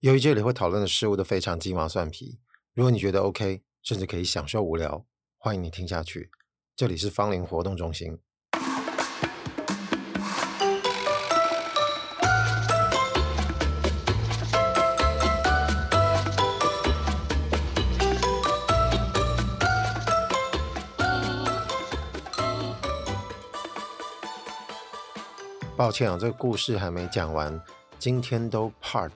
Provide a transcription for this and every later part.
由于这里会讨论的事物都非常鸡毛蒜皮，如果你觉得 OK， 甚至可以享受无聊，欢迎你听下去。这里是芳龄活动中心。抱歉啊，这个故事还没讲完，今天都 Part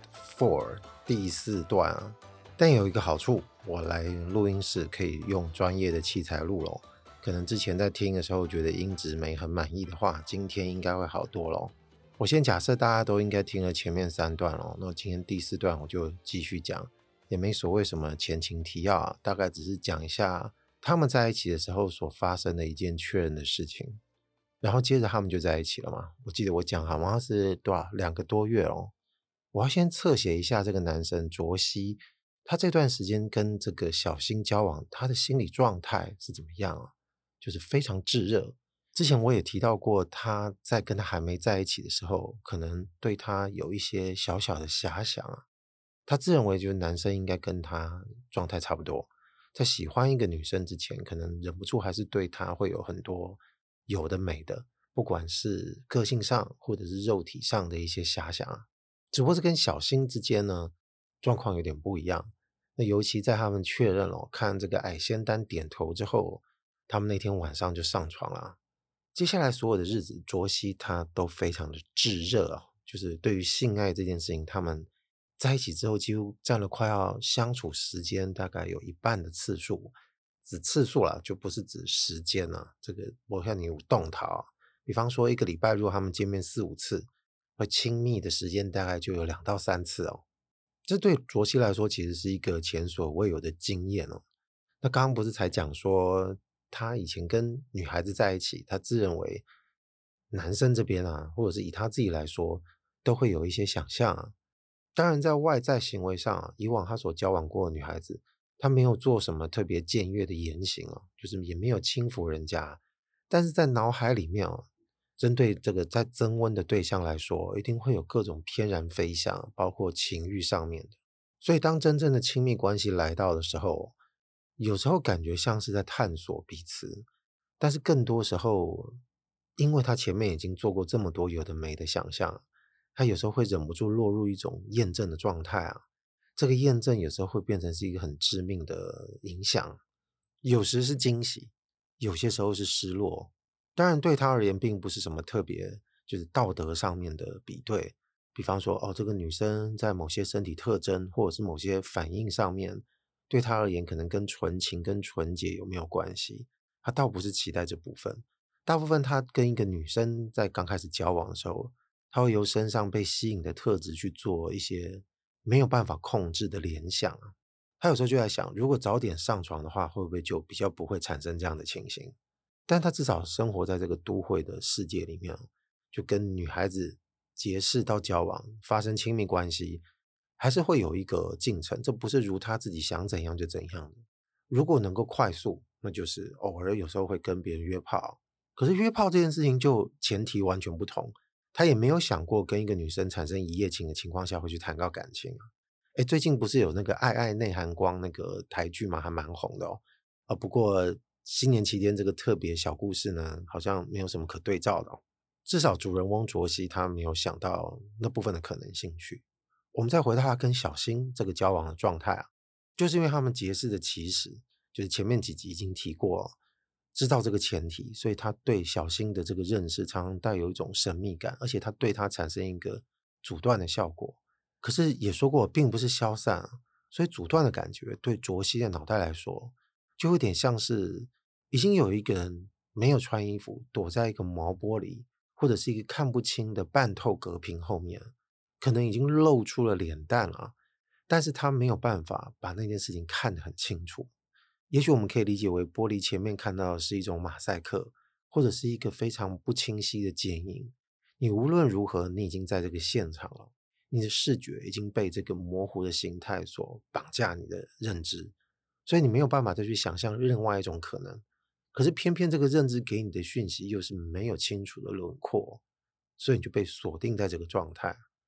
4第4段啊。但有一个好处，我来录音室可以用专业的器材录咯。可能之前在听的时候觉得音质没很满意的话，今天应该会好多咯。我先假设大家都应该听了前面3段咯，那今天第4段我就继续讲，也没所谓什么前情提要啊，大概只是讲一下他们在一起的时候所发生的一件确认的事情。然后接着他们就在一起了嘛。我记得我讲好像是多少2个多月哦。我要先侧写一下这个男生卓西，他这段时间跟这个小新交往，他的心理状态是怎么样啊？就是非常炙热。之前我也提到过，他在跟他还没在一起的时候，可能对他有一些小小的遐想啊。他自认为就是男生应该跟他状态差不多，在喜欢一个女生之前，可能忍不住还是对她会有很多有的没的，不管是个性上或者是肉体上的一些遐想啊。只不过是跟小新之间呢，状况有点不一样。那尤其在他们确认了，看这个矮仙丹点头之后，他们那天晚上就上床了。接下来所有的日子，卓西他都非常的炙热啊，就是对于性爱这件事情，他们在一起之后几乎占了快要相处时间大概有一半的次数，指次数啦，就不是指时间啊。这个我看你有动态啊，比方说一个礼拜如果他们见面4、5次，会亲密的时间大概就有2到3次哦。这对卓西来说其实是一个前所未有的经验哦。那刚刚不是才讲说他以前跟女孩子在一起，他自认为男生这边啊，或者是以他自己来说，都会有一些想象啊。当然在外在行为上啊，以往他所交往过的女孩子，他没有做什么特别僭越的言行啊，就是也没有轻浮人家。但是在脑海里面啊，针对这个在增温的对象来说，一定会有各种翩然飞翔，包括情欲上面的。所以当真正的亲密关系来到的时候，有时候感觉像是在探索彼此，但是更多时候，因为他前面已经做过这么多有的没的想象，他有时候会忍不住落入一种验证的状态啊。这个验证有时候会变成是一个很致命的影响，有时是惊喜，有些时候是失落。当然对他而言并不是什么特别就是道德上面的比对，比方说哦，这个女生在某些身体特征或者是某些反应上面，对他而言可能跟纯情跟纯洁有没有关系，他倒不是期待这部分。大部分他跟一个女生在刚开始交往的时候，他会由身上被吸引的特质去做一些没有办法控制的联想啊。他有时候就在想，如果早点上床的话，会不会就比较不会产生这样的情形？但他至少生活在这个都会的世界里面，就跟女孩子结识到交往，发生亲密关系，还是会有一个进程，这不是如他自己想怎样就怎样的。如果能够快速，那就是偶尔有时候会跟别人约炮。可是约炮这件事情就前提完全不同，他也没有想过跟一个女生产生一夜情的情况下会去谈到感情啊。诶，最近不是有那个《爱爱内含光》那个台剧嘛，还蛮红的哦。不过新年期间这个特别小故事呢，好像没有什么可对照的哦。至少主人翁卓西他没有想到那部分的可能性去。我们再回到他跟小新这个交往的状态啊，就是因为他们结识的起始，就是前面几集已经提过哦，知道这个前提，所以他对小新的这个认识常常带有一种神秘感，而且他对他产生一个阻断的效果。可是也说过，并不是消散啊，所以阻断的感觉对卓西的脑袋来说，就有点像是已经有一个人没有穿衣服，躲在一个毛玻璃或者是一个看不清的半透隔屏后面，可能已经露出了脸蛋了，但是他没有办法把那件事情看得很清楚。也许我们可以理解为玻璃前面看到的是一种马赛克，或者是一个非常不清晰的剪影。你无论如何，你已经在这个现场了，你的视觉已经被这个模糊的形态所绑架你的认知，所以你没有办法再去想象另外一种可能。可是偏偏这个认知给你的讯息又是没有清楚的轮廓，所以你就被锁定在这个状态。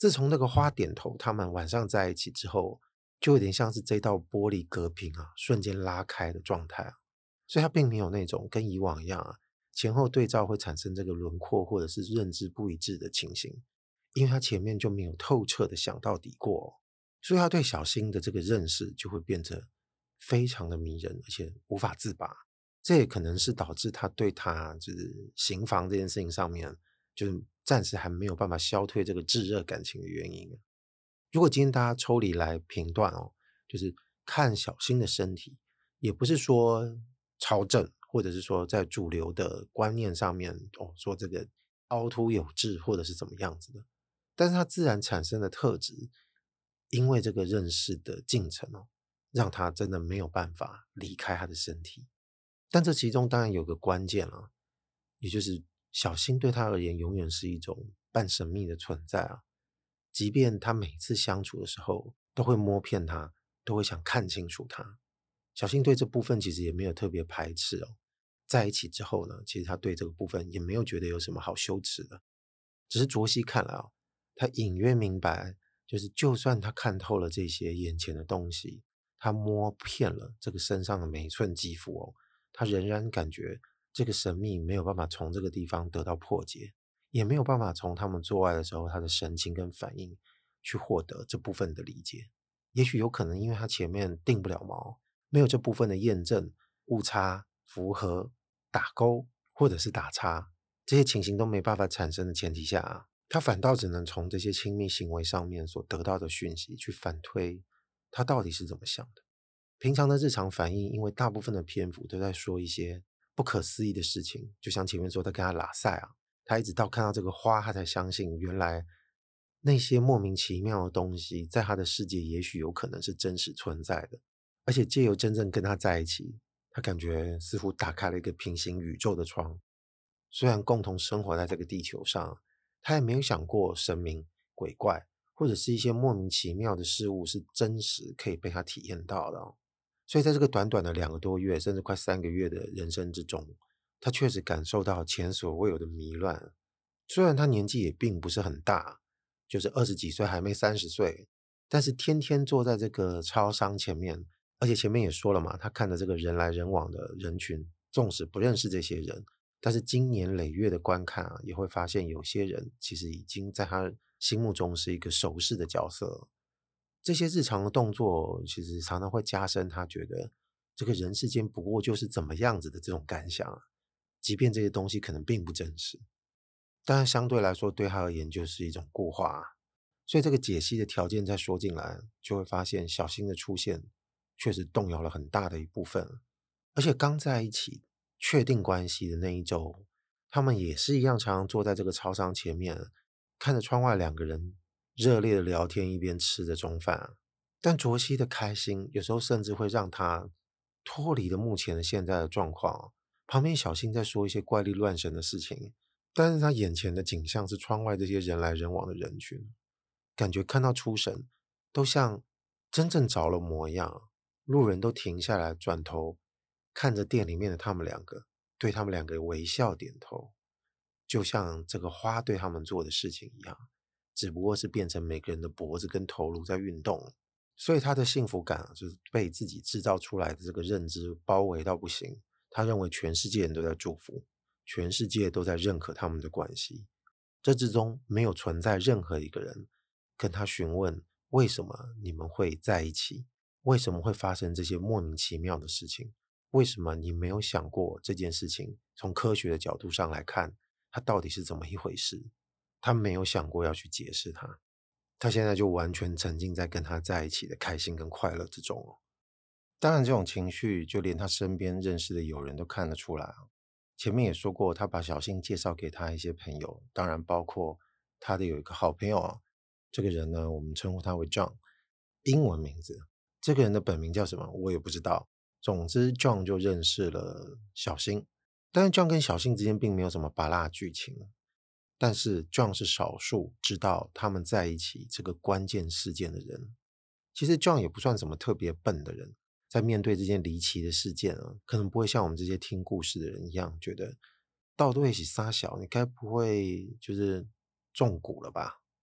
自从那个花点头，他们晚上在一起之后，就有点像是这道玻璃隔屏啊，瞬间拉开的状态啊。所以他并没有那种跟以往一样啊，前后对照会产生这个轮廓或者是认知不一致的情形，因为他前面就没有透彻的想到底过哦，所以他对小新的这个认识就会变得非常的迷人，而且无法自拔。这也可能是导致他对他就是行房这件事情上面，就是暂时还没有办法消退这个炙热感情的原因。如果今天大家抽离来评断哦，就是看小新的身体，也不是说超正，或者是说在主流的观念上面哦，说这个凹凸有致或者是怎么样子的，但是他自然产生的特质，因为这个认识的进程哦，让他真的没有办法离开他的身体。但这其中当然有个关键啊，也就是小新对他而言永远是一种半神秘的存在啊。即便他每次相处的时候都会摸遍他，都会想看清楚他。小新对这部分其实也没有特别排斥哦。在一起之后呢，其实他对这个部分也没有觉得有什么好羞耻的。只是卓西看来啊，他隐约明白，就是就算他看透了这些眼前的东西，他摸遍了这个身上的每一寸肌肤哦，他仍然感觉这个神秘没有办法从这个地方得到破解，也没有办法从他们做爱的时候他的神情跟反应去获得这部分的理解。也许有可能因为他前面定不了锚，没有这部分的验证、误差、符合、打勾或者是打叉，这些情形都没办法产生的前提下啊，他反倒只能从这些亲密行为上面所得到的讯息去反推他到底是怎么想的。平常的日常反应，因为大部分的篇幅都在说一些不可思议的事情，就像前面说他跟他拉塞啊，他一直到看到这个花，他才相信原来那些莫名其妙的东西在他的世界也许有可能是真实存在的，而且借由真正跟他在一起，他感觉似乎打开了一个平行宇宙的窗。虽然共同生活在这个地球上，他也没有想过神明、鬼怪或者是一些莫名其妙的事物是真实可以被他体验到的哦。所以在这个短短的2个多月，甚至快3个月的人生之中，他确实感受到前所未有的迷乱。虽然他年纪也并不是很大，就是20几岁，还没30岁，但是天天坐在这个超商前面，而且前面也说了嘛，他看着这个人来人往的人群，纵使不认识这些人，但是经年累月的观看啊，也会发现有些人其实已经在他心目中是一个熟识的角色。这些日常的动作，其实常常会加深他觉得这个人世间不过就是怎么样子的这种感想啊，即便这些东西可能并不真实。但相对来说对他而言就是一种固化啊，所以这个解析的条件再说进来，就会发现小新的出现确实动摇了很大的一部分。而且刚在一起确定关系的那一周，他们也是一样常常坐在这个超商前面，看着窗外2个人热烈的聊天，一边吃着中饭啊。但卓西的开心有时候甚至会让他脱离了目前的现在的状况啊，旁边小新在说一些怪力乱神的事情，但是他眼前的景象是窗外这些人来人往的人群，感觉看到出神，都像真正着了魔一样。路人都停下来，转头看着店里面的他们2个，对他们2个微笑点头，就像这个花对他们做的事情一样，只不过是变成每个人的脖子跟头颅在运动。所以他的幸福感啊，就是被自己制造出来的这个认知包围到不行。他认为全世界人都在祝福，全世界都在认可他们的关系，这之中没有存在任何一个人跟他询问为什么你们会在一起，为什么会发生这些莫名其妙的事情，为什么你没有想过这件事情从科学的角度上来看它到底是怎么一回事，他没有想过要去解释它。他现在就完全沉浸在跟他在一起的开心跟快乐之中哦。当然这种情绪就连他身边认识的友人都看得出来啊。前面也说过，他把小新介绍给他一些朋友，当然包括他的有一个好朋友啊。这个人呢，我们称呼他为 John， 英文名字。这个人的本名叫什么我也不知道。总之 John 就认识了小新，但是 John 跟小新之间并没有什么拔辣剧情。但是 John 是少数知道他们在一起这个关键事件的人。其实 John 也不算什么特别笨的人，在面对这件离奇的事件啊，可能不会像我们这些听故事的人一样，觉得到底是杀小，你该不会就是中蛊了吧？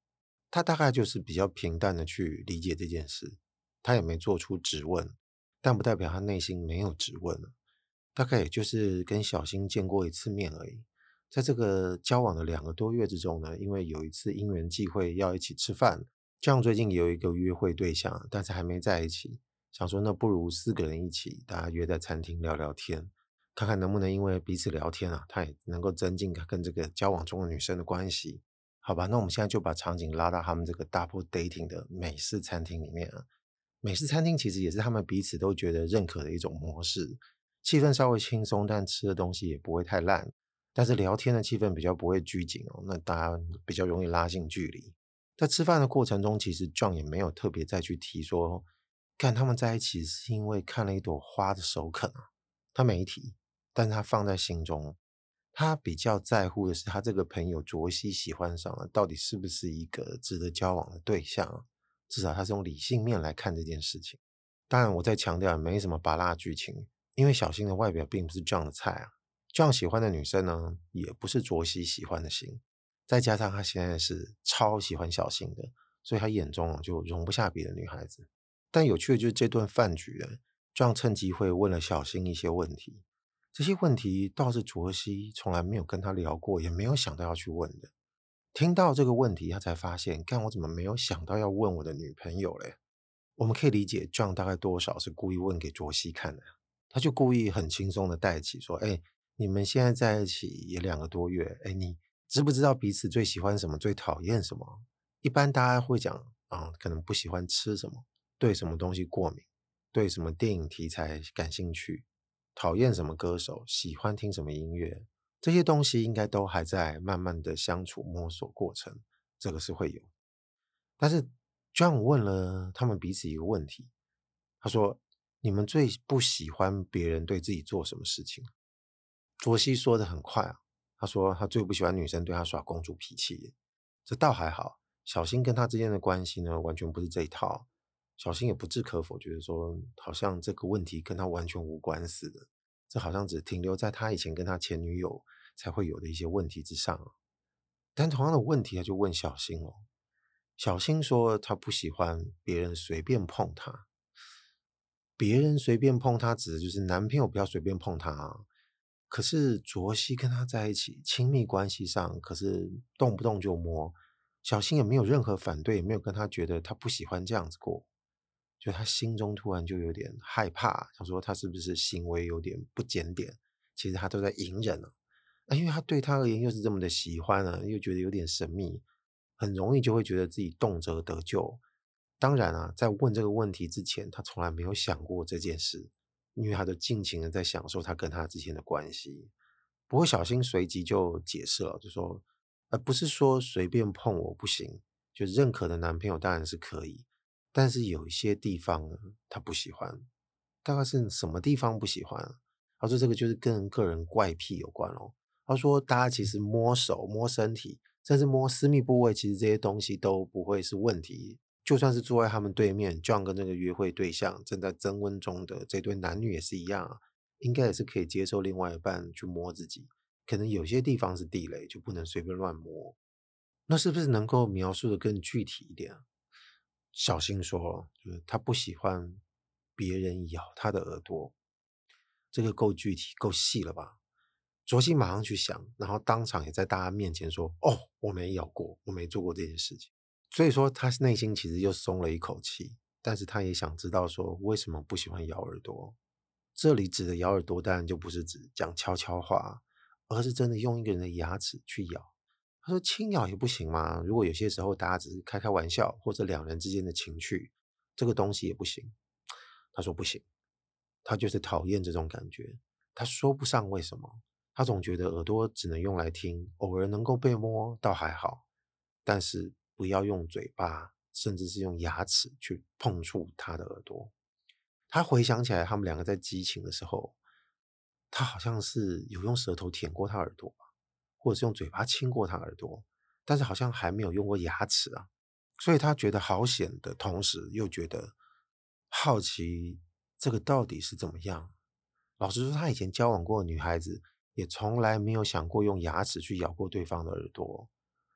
他大概就是比较平淡的去理解这件事，他也没做出质问，但不代表他内心没有质问了。大概也就是跟小新见过一次面而已。在这个交往的2个多月之中呢，因为有一次因缘际会要一起吃饭，这样最近也有一个约会对象，但是还没在一起，想说那不如4个人一起，大家约在餐厅聊聊天，看看能不能因为彼此聊天啊，他也能够增进他跟这个交往中的女生的关系。好吧，那我们现在就把场景拉到他们这个 double dating 的美式餐厅里面啊。美式餐厅其实也是他们彼此都觉得认可的一种模式，气氛稍微轻松，但吃的东西也不会太烂，但是聊天的气氛比较不会拘谨哦，那大家比较容易拉近距离。在吃饭的过程中，其实 John 也没有特别再去提说，看他们在一起是因为看了一朵花的首肯啊，他没提，但是他放在心中。他比较在乎的是他这个朋友卓西喜欢上了，到底是不是一个值得交往的对象啊，至少他是用理性面来看这件事情。当然我再强调没什么拔辣剧情，因为小新的外表并不是 John 的菜啊。John 喜欢的女生呢，也不是卓西喜欢的型，再加上他现在是超喜欢小新的，所以他眼中就容不下别的女孩子。但有趣的就是这顿饭局啊，John 趁机会问了小新一些问题，这些问题倒是卓西从来没有跟他聊过，也没有想到要去问的。听到这个问题，他才发现，干我怎么没有想到要问我的女朋友嘞？我们可以理解 John 大概多少是故意问给卓西看的，他就故意很轻松的带起说，哎，你们现在在一起也2个多月，哎，你知不知道彼此最喜欢什么，最讨厌什么？一般大家会讲啊，可能不喜欢吃什么，对什么东西过敏，对什么电影题材感兴趣，讨厌什么歌手，喜欢听什么音乐，这些东西应该都还在慢慢的相处摸索过程，这个是会有。但是 John 问了他们彼此一个问题，他说：“你们最不喜欢别人对自己做什么事情？”卓西说的很快啊，他说他最不喜欢女生对他耍公主脾气，这倒还好。小新跟他之间的关系呢，完全不是这一套。小新也不置可否，觉得说好像这个问题跟他完全无关似的，这好像只停留在他以前跟他前女友才会有的一些问题之上啊。但同样的问题，他就问小新哦。小新说他不喜欢别人随便碰他，别人随便碰他指的就是男朋友不要随便碰他啊。可是卓西跟他在一起，亲密关系上可是动不动就摸，小新也没有任何反对，也没有跟他觉得他不喜欢这样子过，就他心中突然就有点害怕，想说他是不是行为有点不检点，其实他都在隐忍啊。因为他对他而言又是这么的喜欢啊，又觉得有点神秘，很容易就会觉得自己动辄得咎。当然啊，在问这个问题之前，他从来没有想过这件事，因为他都尽情的在享受他跟他之间的关系。不过小新随即就解释了，就说，不是说随便碰我不行，就认可的男朋友当然是可以，但是有一些地方呢，他不喜欢，大概是什么地方不喜欢啊？他说这个就是跟个人怪癖有关哦。他说大家其实摸手、摸身体，甚至摸私密部位，其实这些东西都不会是问题。就算是坐在他们对面，John 跟这个约会对象正在增温中的这对男女也是一样啊，应该也是可以接受另外一半去摸自己。可能有些地方是地雷，就不能随便乱摸。那是不是能够描述的更具体一点啊？小新说，就是他不喜欢别人咬他的耳朵，这个够具体、够细了吧？卓西马上去想，然后当场也在大家面前说：“哦，我没咬过，我没做过这件事情。”所以说，他内心其实又松了一口气，但是他也想知道说为什么不喜欢咬耳朵。这里指的咬耳朵，当然就不是指讲悄悄话，而是真的用一个人的牙齿去咬。他说轻咬也不行吗？如果有些时候大家只是开开玩笑，或者两人之间的情趣，这个东西也不行。他说不行，他就是讨厌这种感觉，他说不上为什么。他总觉得耳朵只能用来听，偶尔能够被摸倒还好，但是不要用嘴巴，甚至是用牙齿去碰触他的耳朵。他回想起来，他们两个在激情的时候，他好像是有用舌头舔过他耳朵吧，或者是用嘴巴亲过他耳朵，但是好像还没有用过牙齿啊。所以他觉得好险的同时，又觉得好奇这个到底是怎么样。老实说，他以前交往过的女孩子，也从来没有想过用牙齿去咬过对方的耳朵。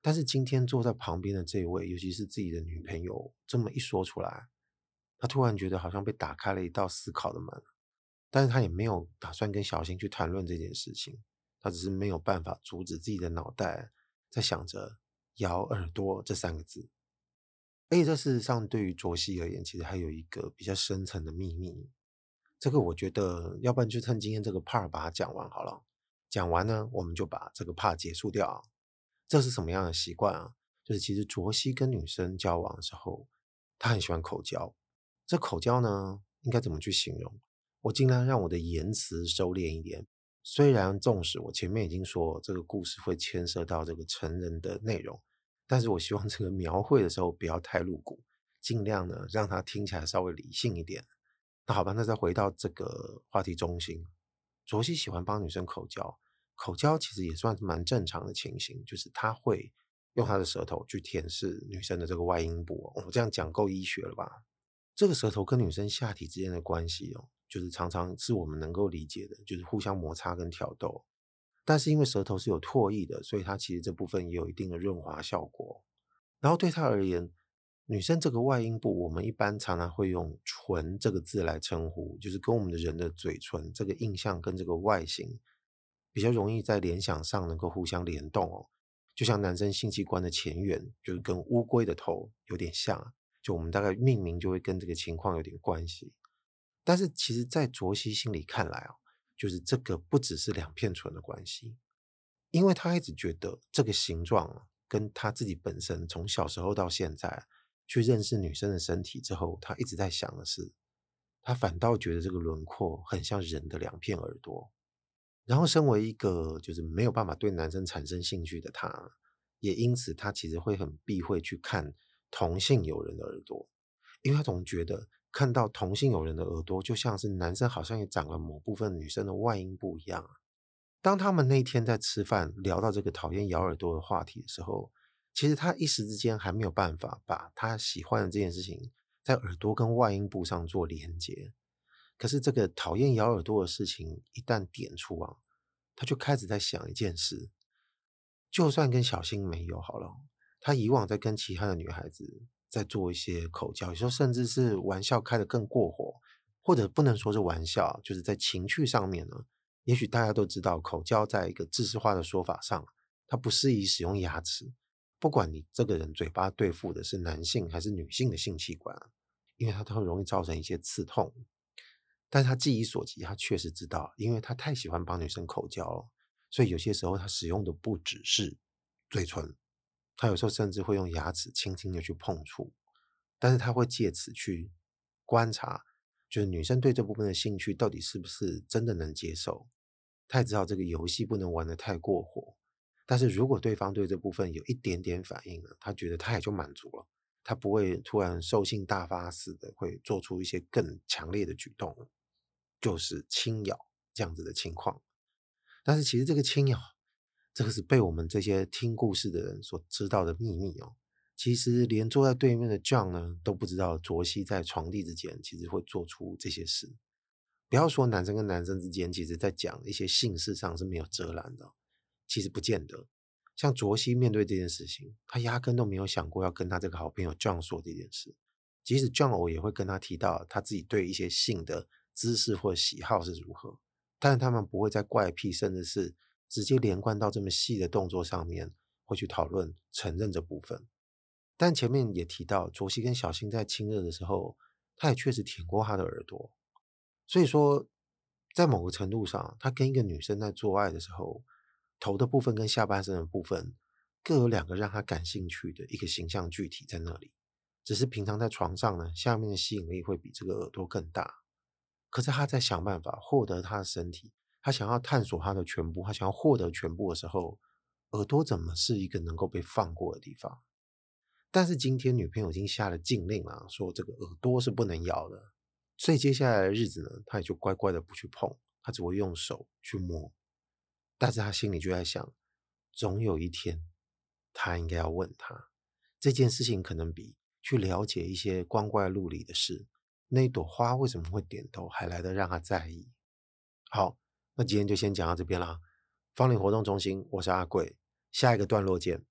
但是今天坐在旁边的这位，尤其是自己的女朋友，这么一说出来，他突然觉得好像被打开了一道思考的门，但是他也没有打算跟小新去谈论这件事情，他只是没有办法阻止自己的脑袋在想着咬耳朵这三个字。而且这事实上对于卓西而言，其实还有一个比较深层的秘密。这个我觉得，要不然就趁今天这个 part 把它讲完好了。讲完呢，我们就把这个 part 结束掉啊。这是什么样的习惯啊？就是其实卓西跟女生交往的时候，他很喜欢口交。这口交呢，应该怎么去形容？我尽量让我的言辞收敛一点。虽然纵使我前面已经说这个故事会牵涉到这个成人的内容，但是我希望这个描绘的时候不要太露骨，尽量呢让它听起来稍微理性一点。那好吧，那再回到这个话题中心，卓西喜欢帮女生口交，口交其实也算是蛮正常的情形，就是他会用他的舌头去舔舐女生的这个外阴部哦。我这样讲够医学了吧？这个舌头跟女生下体之间的关系哦，就是常常是我们能够理解的，就是互相摩擦跟挑逗。但是因为舌头是有唾液的，所以它其实这部分也有一定的润滑效果。然后对他而言，女生这个外阴部，我们一般常常会用唇这个字来称呼，就是跟我们的人的嘴唇这个印象跟这个外形比较容易在联想上能够互相联动哦。就像男生性器官的前缘，就是跟乌龟的头有点像啊，就我们大概命名就会跟这个情况有点关系。但是其实在卓西心里看来哦，就是这个不只是两片唇的关系，因为他一直觉得这个形状啊，跟他自己本身从小时候到现在去认识女生的身体之后，他一直在想的是，他反倒觉得这个轮廓很像人的两片耳朵。然后身为一个就是没有办法对男生产生兴趣的他，也因此他其实会很避讳去看同性友人的耳朵，因为他总觉得看到同性友人的耳朵，就像是男生好像也长了某部分女生的外阴部一样啊。当他们那一天在吃饭聊到这个讨厌咬耳朵的话题的时候，其实他一时之间还没有办法把他喜欢的这件事情在耳朵跟外阴部上做连接。可是这个讨厌咬耳朵的事情一旦点出啊，他就开始在想一件事，就算跟小新没有好了，他以往在跟其他的女孩子在做一些口交，有时候甚至是玩笑开得更过火，或者不能说是玩笑，就是在情趣上面呢，也许大家都知道，口交在一个知识化的说法上，它不适宜使用牙齿，不管你这个人嘴巴对付的是男性还是女性的性器官，因为它都很容易造成一些刺痛。但是他记忆所及，他确实知道，因为他太喜欢帮女生口交了，所以有些时候他使用的不只是嘴唇，他有时候甚至会用牙齿轻轻的去碰触，但是他会借此去观察，就是女生对这部分的兴趣到底是不是真的能接受。他也知道这个游戏不能玩得太过火，但是如果对方对这部分有一点点反应了，他觉得他也就满足了，他不会突然兽性大发似的会做出一些更强烈的举动，就是轻咬这样子的情况。但是其实这个轻咬，这个是被我们这些听故事的人所知道的秘密哦。其实连坐在对面的 John 呢都不知道卓西在床地之间其实会做出这些事。不要说男生跟男生之间，其实在讲一些性事上是没有遮拦的，其实不见得。像卓西面对这件事情，他压根都没有想过要跟他这个好朋友 John 说这件事。即使 John 偶也会跟他提到他自己对一些性的姿势或喜好是如何，但是他们不会在怪癖甚至是直接连贯到这么细的动作上面，会去讨论承认这部分。但前面也提到，卓西跟小新在亲热的时候，他也确实舔过他的耳朵。所以说，在某个程度上，他跟一个女生在做爱的时候，头的部分跟下半身的部分各有两个让他感兴趣的一个形象具体在那里。只是平常在床上呢，下面的吸引力会比这个耳朵更大。可是他在想办法获得他的身体，他想要探索他的全部，他想要获得全部的时候，耳朵怎么是一个能够被放过的地方？但是今天女朋友已经下了禁令了，说这个耳朵是不能咬的，所以接下来的日子呢，他也就乖乖的不去碰，他只会用手去摸。但是他心里就在想，总有一天，他应该要问他，这件事情可能比去了解一些光怪陆离的事，那一朵花为什么会点头，还来得让他在意。好，那今天就先讲到这边啦。芳龄活动中心，我是阿贵，下一个段落见，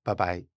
拜拜。